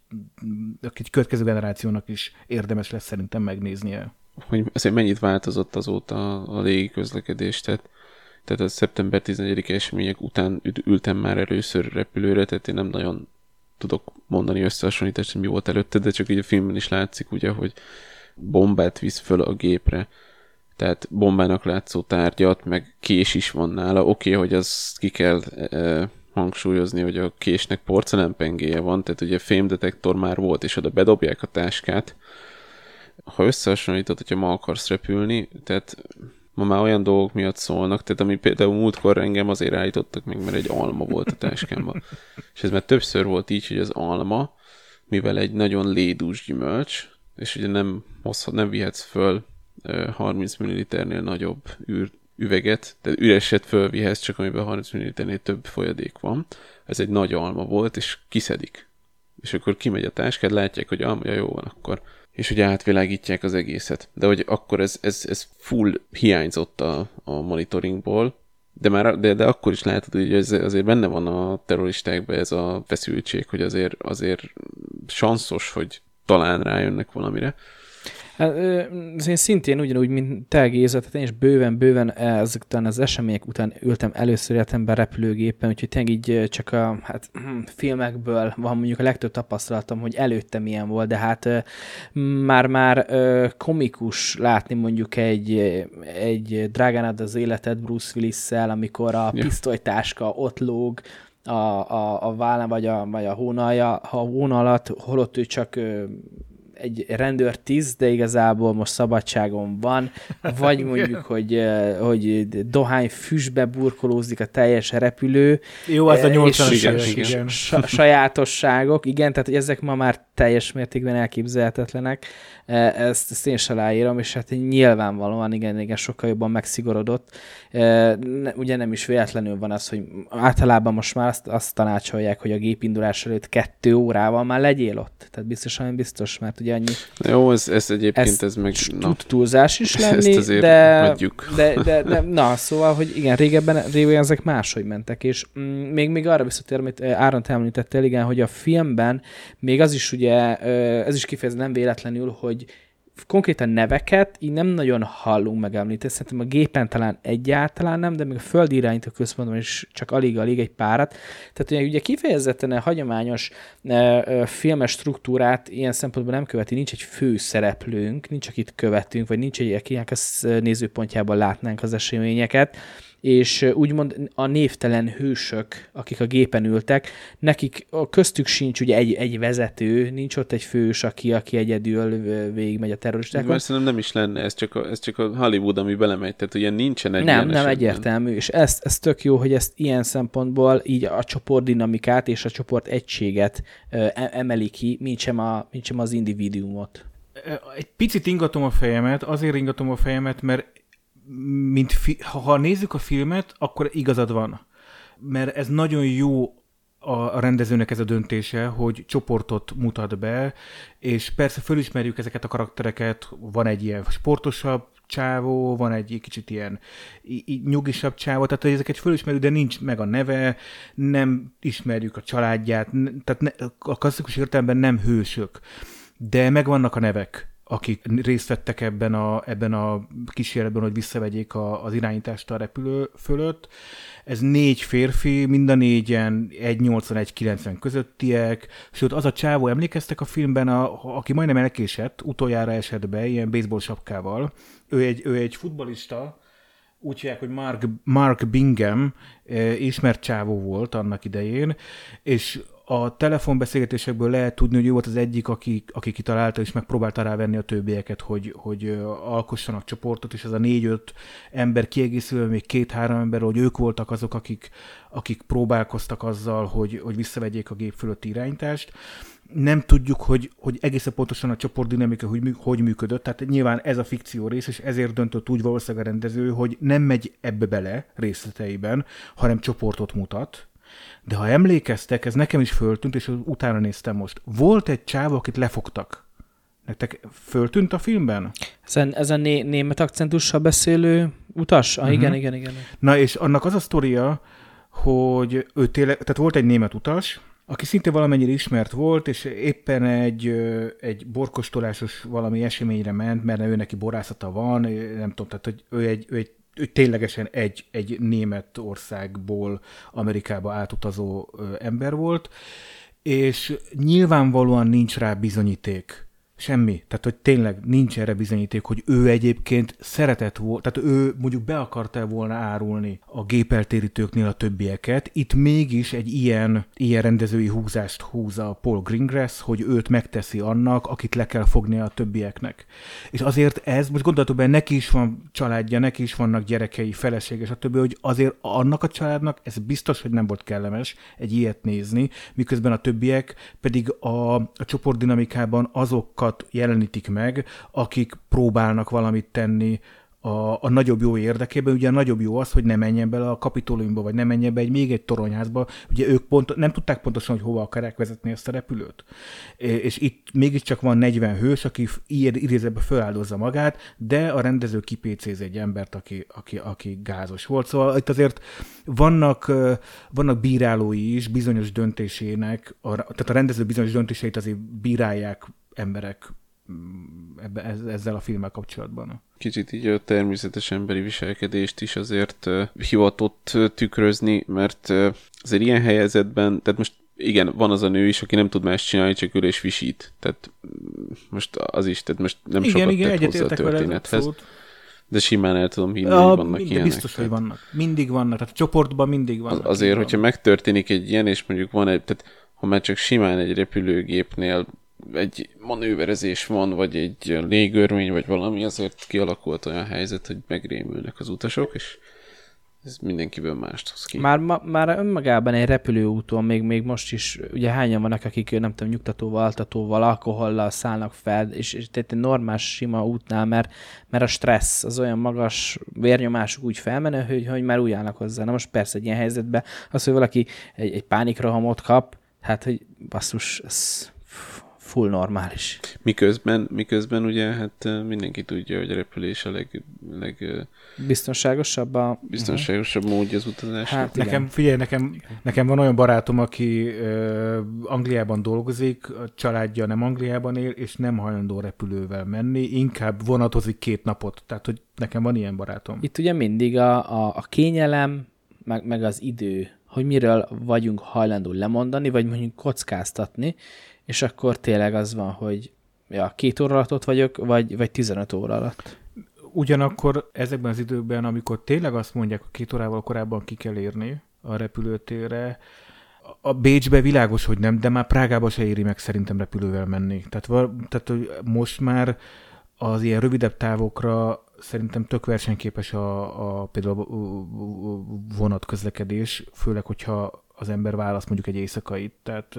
egy következő generációnak is érdemes lesz szerintem megnéznie. Hogy azért mennyit változott azóta a légi közlekedés, tehát a szeptember 11-i események után ültem már először repülőre, tehát én nem nagyon tudok mondani összehasonlítást, hogy mi volt előtte, de csak így a filmben is látszik, ugye, hogy bombát visz föl a gépre, tehát bombának látszó tárgyat, meg kés is van nála. Oké, hogy azt ki kell hangsúlyozni, hogy a késnek porcelánpengéje van, tehát ugye fémdetektor már volt, és oda bedobják a táskát. Ha összehasonlítod, hogyha ma akarsz repülni, tehát ma már olyan dolgok miatt szólnak, tehát ami például múltkor engem azért állítottak meg, mert egy alma volt a táskámban. És ez már többször volt így, hogy az alma, mivel egy nagyon lédús gyümölcs, és ugye nem vihetsz föl 30 ml-nél nagyobb üveget, tehát üreset fölvihetsz, csak amiben 30 ml-nél több folyadék van. Ez egy nagy alma volt, és kiszedik. És akkor kimegy a táskád, látják, hogy alma, jó van, akkor és ugye átvilágítják az egészet. De hogy akkor ez full hiányzott a monitoringból, de akkor is látod, hogy ez azért benne van a terroristákban ez a feszültség, hogy azért sanszos, hogy talán rájönnek valamire. Hát, én szintén ugyanúgy, mint te Géza, tehát én is bőven ezután az események után ültem először életemben repülőgépen, úgyhogy tényleg így csak a filmekből van mondjuk a legtöbb tapasztalatom, hogy előtte milyen volt, de hát már komikus látni mondjuk egy Drágán ad az életed Bruce Willis-szel, amikor a pisztolytáska ott lóg a vállán vagy a hónalat, holott ő csak egy rendőrtiszt, de igazából most szabadságon van, vagy mondjuk, hogy dohány füstbe burkolózik a teljes repülő. Jó, az a 80-as évek. Sajátosságok, igen, tehát hogy ezek ma már teljes mértékben elképzelhetetlenek. Ezt én is aláírom, és hát nyilvánvalóan igen, sokkal jobban megszigorodott. Ugye nem is véletlenül van az, hogy általában most már azt tanácsolják, hogy a gépindulás előtt 2 órával már legyél ott. Tehát biztos, mert ugye ugye annyi. Jó, ez egyébként ez meg... tud túlzás is lenni, de na, szóval, hogy igen, régebben ezek máshogy mentek, és még arra visszatér, amit Áron említettél, igen, hogy a filmben még az is ugye, ez is kifejezetten nem véletlenül, hogy konkrétan neveket így nem nagyon hallunk megemlíteni. Szerintem a gépen talán egyáltalán nem, de még a földi irányító központban is csak alig egy párat. Tehát ugye kifejezetten a hagyományos filmes struktúrát ilyen szempontból nem követi. Nincs egy főszereplőnk, nincs akit követünk, vagy nincs egy, akinek a nézőpontjában látnánk az eseményeket, és úgymond a névtelen hősök, akik a gépen ültek, nekik köztük sincs ugye egy vezető, nincs ott egy fős, aki egyedül végigmegy a terroristákon. Mert szerintem nem is lenne, ez csak a Hollywood, ami belemegy, tehát ugye nincsen egy nem egyértelmű, és ez tök jó, hogy ezt ilyen szempontból így a csoport dinamikát és a csoport egységet emeli ki, mint sem az individuumot. Egy picit ingatom a fejemet, azért ingatom a fejemet, mert ha nézzük a filmet, akkor igazad van. Mert ez nagyon jó a rendezőnek ez a döntése, hogy csoportot mutat be, és persze fölismerjük ezeket a karaktereket, van egy ilyen sportosabb csávó, van egy kicsit ilyen nyugisabb csávó, tehát ezeket fölismerjük, de nincs meg a neve, nem ismerjük a családját, tehát a klasszikus értelemben nem hősök, de megvannak a nevek, akik részt vettek ebben a kísérletben, hogy visszavegyék az irányítást a repülő fölött. Ez 4 férfi, mind a 4-en 1,80-1,90 közöttiek, sőt az a csávó, emlékeztek a filmben, aki majdnem elkésett, utoljára esett be, ilyen baseball sapkával. Ő egy futballista, úgy hívják, hogy Mark Bingham, ismert csávó volt annak idején, és a telefonbeszélgetésekből lehet tudni, hogy ő volt az egyik, aki kitalálta, és megpróbálta rávenni a többieket, hogy alkossanak csoportot, és ez a 4-5 ember kiegészülve, még 2-3 ember, hogy ők voltak azok, akik próbálkoztak azzal, hogy visszavegyék a gép fölötti irányítást. Nem tudjuk, hogy egészen pontosan a csoportdinamika hogy működött, tehát nyilván ez a fikció rész, és ezért döntött úgy valószínűleg a rendező, hogy nem megy ebbe bele részleteiben, hanem csoportot mutat. De ha emlékeztek, ez nekem is föltűnt, és utána néztem most. Volt egy csávó, akit lefogtak. Nektek föltűnt a filmben? Ez a német akcentussal beszélő utas? Igen. Na és annak az a sztoria, hogy ő tehát volt egy német utas, aki szinte valamennyire ismert volt, és éppen egy borkostolásos valami eseményre ment, mert ő neki borászata van, nem tudom, tehát hogy ő ténylegesen egy Németországból Amerikába átutazó ember volt, és nyilvánvalóan nincs rá bizonyíték. Semmi. Tehát, hogy tényleg nincs erre bizonyíték, hogy ő egyébként szeretett volna, tehát ő mondjuk be akarta volna árulni a gépeltérítőknél a többieket. Itt mégis egy ilyen rendezői húzást húz a Paul Greengrass, hogy őt megteszi annak, akit le kell fognia a többieknek. És azért most gondoltok be, neki is van családja, neki is vannak gyerekei, felesége, stb., hogy azért annak a családnak ez biztos, hogy nem volt kellemes egy ilyet nézni, miközben a többiek pedig a csoportdinamikában azokkal jelenítik meg, akik próbálnak valamit tenni a nagyobb jó érdekében. Ugye a nagyobb jó az, hogy ne menjen bele a Kapitoliumba, vagy ne menjen be még egy toronyházba. Ugye ők nem tudták pontosan, hogy hova akarják vezetni ezt a repülőt. És itt mégiscsak van 40 hős, aki idézőben feláldozza magát, de a rendező kipécéz egy embert, aki gázos volt. Szóval itt azért vannak bírálói is bizonyos döntésének, tehát a rendező bizonyos döntéseit azért bírálják emberek ezzel a filmmel kapcsolatban. Kicsit így a természetes emberi viselkedést is azért hivatott tükrözni, mert azért ilyen helyzetben, tehát most igen, van az a nő is, aki nem tud más csinálni, csak ül és visít. Tehát most az is, tehát most nem sokat tett hozzá a történethez. De simán el tudom hinni, hogy vannak ilyenek. Biztos, hogy vannak. Mindig vannak. Tehát a csoportban mindig vannak. Azért, hogyha megtörténik egy ilyen, és mondjuk van egy, tehát ha már csak simán egy repülőgépnél egy manőverezés van, vagy egy légörmény, vagy valami, azért kialakult olyan helyzet, hogy megrémülnek az utasok, és ez mindenkiből mást hoz ki. Már önmagában egy repülőúton, még most is, ugye hányan vannak, akik nem tudom, nyugtatóval, altatóval, alkohollal szállnak fel, és tehát egy normális, sima útnál, mert a stressz, az olyan magas vérnyomásuk úgy felmenő, hogy már úgy állnak hozzá. Na most persze egy ilyen helyzetben az, hogy valaki egy pánikrohamot kap, hát, hogy basszus, ez full normális. Miközben ugye hát mindenki tudja, hogy a repülés a Biztonságosabb biztonságosabb módja az utazásnak. Hát nekem van olyan barátom, aki Angliában dolgozik, a családja nem Angliában él, és nem hajlandó repülővel menni, inkább vonatozik 2 napot. Tehát, hogy nekem van ilyen barátom. Itt ugye mindig a kényelem, meg az idő, hogy miről vagyunk hajlandó lemondani, vagy mondjuk kockáztatni, és akkor tényleg az van, hogy 2 óra alatt ott vagyok, vagy 15 óra alatt. Ugyanakkor ezekben az időkben, amikor tényleg azt mondják, hogy 2 órával korábban ki kell érni a repülőtérre, a Bécsbe világos, hogy nem, de már Prágába se éri meg szerintem repülővel menni. Tehát hogy most már az ilyen rövidebb távokra szerintem tök versenyképes például a vonatközlekedés, főleg, hogyha az ember választ mondjuk egy éjszakait. Tehát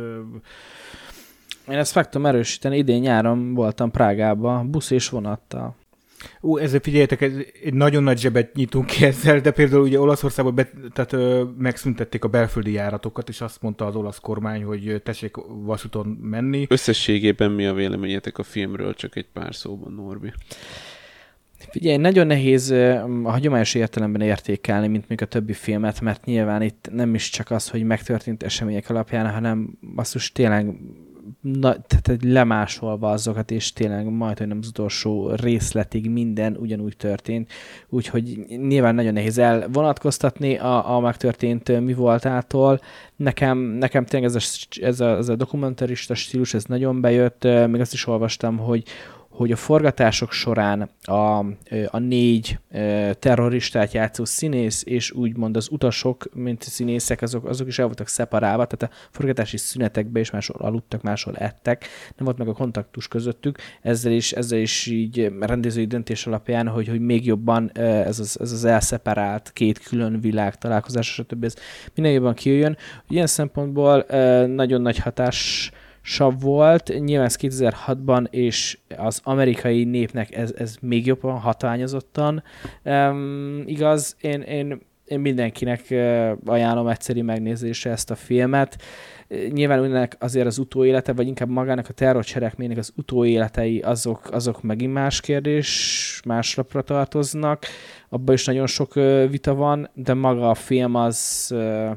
én ezt meg tudom erősíteni, idén nyáron voltam Prágában busz és vonattal. Ezzel figyeljetek, egy nagyon nagy zsebet nyitunk ki ezzel, de például ugye Olaszországban megszüntették a belföldi járatokat, és azt mondta az olasz kormány, hogy tessék vasúton menni. Összességében mi a véleményetek a filmről, csak egy pár szóban, Norbi? Figyelj, nagyon nehéz a hagyományos értelemben értékelni, mint még a többi filmet, mert nyilván itt nem is csak az, hogy megtörtént események alapján, hanem basszus tényleg tehát lemásolva azokat, és tényleg majd, hogy nem az utolsó részletig minden ugyanúgy történt. Úgyhogy nyilván nagyon nehéz elvonatkoztatni a megtörtént mi voltától. Nekem tényleg ez a dokumentarista stílus, ez nagyon bejött. Még azt is olvastam, hogy a forgatások során a 4 terroristát játszó színész, és úgymond az utasok, mint színészek, azok is el voltak szeparálva, tehát a forgatási szünetekben is máshol aludtak, máshol ettek, nem volt meg a kontaktus közöttük, ezzel is így rendezői döntés alapján, hogy még jobban ez az elszeparált 2 külön világ találkozása, stb. Ez minél jobban kijöjjön. Ilyen szempontból nagyon nagy hatás volt, nyilván ez 2006-ban, és az amerikai népnek ez még jobban hatványozottan. Igaz, én mindenkinek ajánlom egyszeri megnézésre ezt a filmet. Nyilván ennek azért az utóélete, vagy inkább magának a terrorcselekménynek az utóéletei, azok megint más kérdés, más lapra tartoznak. Abban is nagyon sok vita van, de maga a film az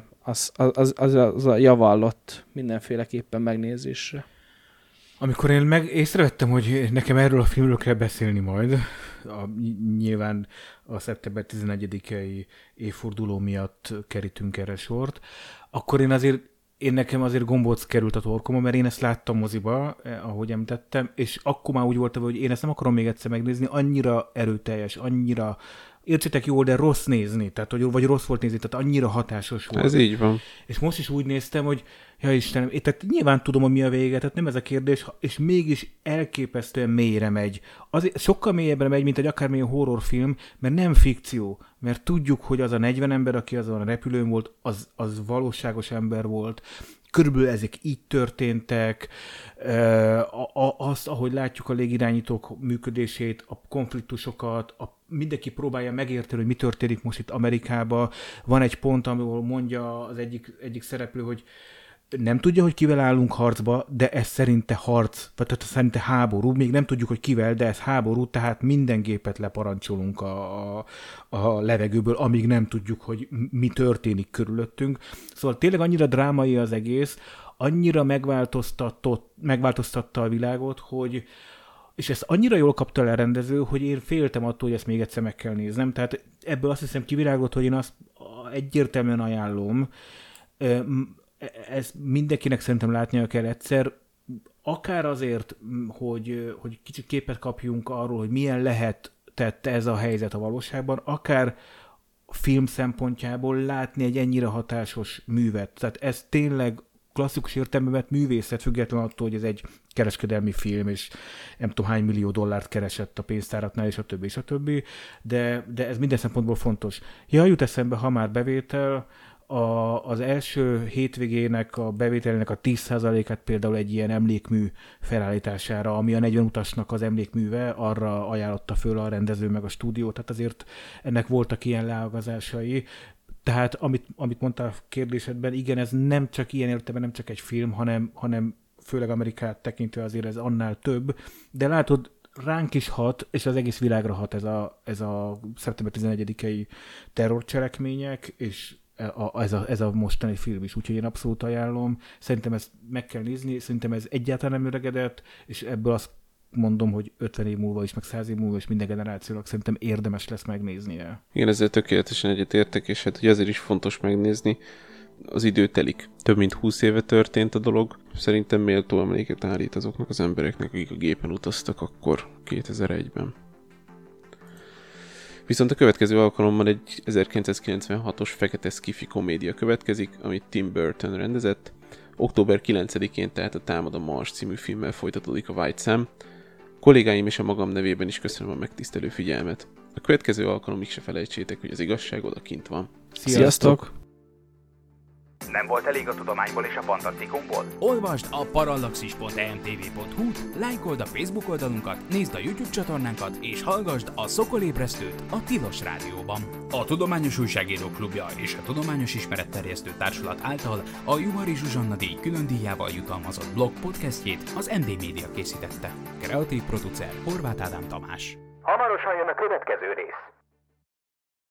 a javallott mindenféleképpen megnézésre. Amikor én észrevettem, hogy nekem erről a filmről kell beszélni majd, nyilván a szeptember 11-i évforduló miatt kerítünk erre sort, akkor nekem azért gombóc került a torkomba, mert én ezt láttam moziba, ahogy említettem, és akkor már úgy voltam, hogy én ezt nem akarom még egyszer megnézni, annyira erőteljes, annyira értsétek jól, de rossz nézni, tehát, vagy rossz volt nézni, tehát annyira hatásos volt. Ez így van. És most is úgy néztem, hogy ja Istenem, tehát nyilván tudom, hogy mi a vége, tehát nem ez a kérdés, és mégis elképesztően mélyre megy. Azért sokkal mélyebbre megy, mint egy akármilyen horrorfilm, mert nem fikció, mert tudjuk, hogy az a 40 ember, aki azon a repülőn volt, az valóságos ember volt. Körülbelül ezek így történtek, azt, ahogy látjuk a légirányítók működését, a konfliktusokat, mindenki próbálja megérteni, hogy mi történik most itt Amerikában. Van egy pont, ahol mondja az egyik szereplő, hogy nem tudja, hogy kivel állunk harcba, de ez szerinte harc, vagy tehát szerinte háború. Még nem tudjuk, hogy kivel, de ez háború, tehát minden gépet leparancsolunk a levegőből, amíg nem tudjuk, hogy mi történik körülöttünk. Szóval tényleg annyira drámai az egész, annyira megváltoztatta a világot, hogy és ezt annyira jól kapta le a rendező, hogy én féltem attól, hogy ezt még egyszer meg kell néznem. Tehát ebből azt hiszem kivilágott, hogy én azt egyértelműen ajánlom. Ezt mindenkinek szerintem látnia kell egyszer, akár azért, hogy kicsit képet kapjunk arról, hogy milyen lehetett ez a helyzet a valóságban, akár film szempontjából látni egy ennyire hatásos művet. Tehát ez tényleg klasszikus értelmemet művészet, független attól, hogy ez egy kereskedelmi film, és nem tudom hány millió dollárt keresett a pénztáraknál, és a többi, de ez minden szempontból fontos. Ja, jut eszembe, ha már bevétel, az első hétvégének a bevételének a 10%-át például egy ilyen emlékmű felállítására, ami a 40 utasnak az emlékműve, arra ajánlotta föl a rendező meg a stúdió, tehát azért ennek voltak ilyen leágazásai. Tehát amit mondtál a kérdésedben, igen, ez nem csak ilyen értelemben, nem csak egy film, hanem főleg Amerikát tekintve azért ez annál több, de látod, ránk is hat, és az egész világra hat ez a szeptember 11-i terrorcselekmények, és ez a mostani film is, úgyhogy én abszolút ajánlom. Szerintem ezt meg kell nézni, szerintem ez egyáltalán nem öregedett, és ebből azt mondom, hogy 50 év múlva is, meg 100 év múlva is minden generációnak szerintem érdemes lesz megnéznie. Igen, ezzel tökéletesen egyetértek, és hát hogy azért is fontos megnézni, az idő telik. Több mint 20 éve történt a dolog. Szerintem méltó emléket állít azoknak az embereknek, akik a gépen utaztak akkor 2001-ben. Viszont a következő alkalommal egy 1996-os fekete sci-fi komédia következik, amit Tim Burton rendezett. Október 9-én tehát a Támad a Mars című filmmel folytatódik a White Sam. Kollégáim és a magam nevében is köszönöm a megtisztelő figyelmet. A következő alkalomig se felejtsétek, hogy az igazság odakint van. Sziasztok! Nem volt elég a tudományból és a fantasztikumból? Olvasd a parallaxis.emtv.hu-t, lájkold a Facebook oldalunkat, nézd a YouTube csatornánkat, és hallgasd a Szokolébresztőt a Tilos Rádióban. A Tudományos Újságírók Klubja és a Tudományos Ismeretterjesztő Társulat által a Juhari Zsuzsanna díj külön díjával jutalmazott blog podcastjét az MD Media készítette. Kreatív producer Horváth Ádám Tamás. Hamarosan jön a következő rész.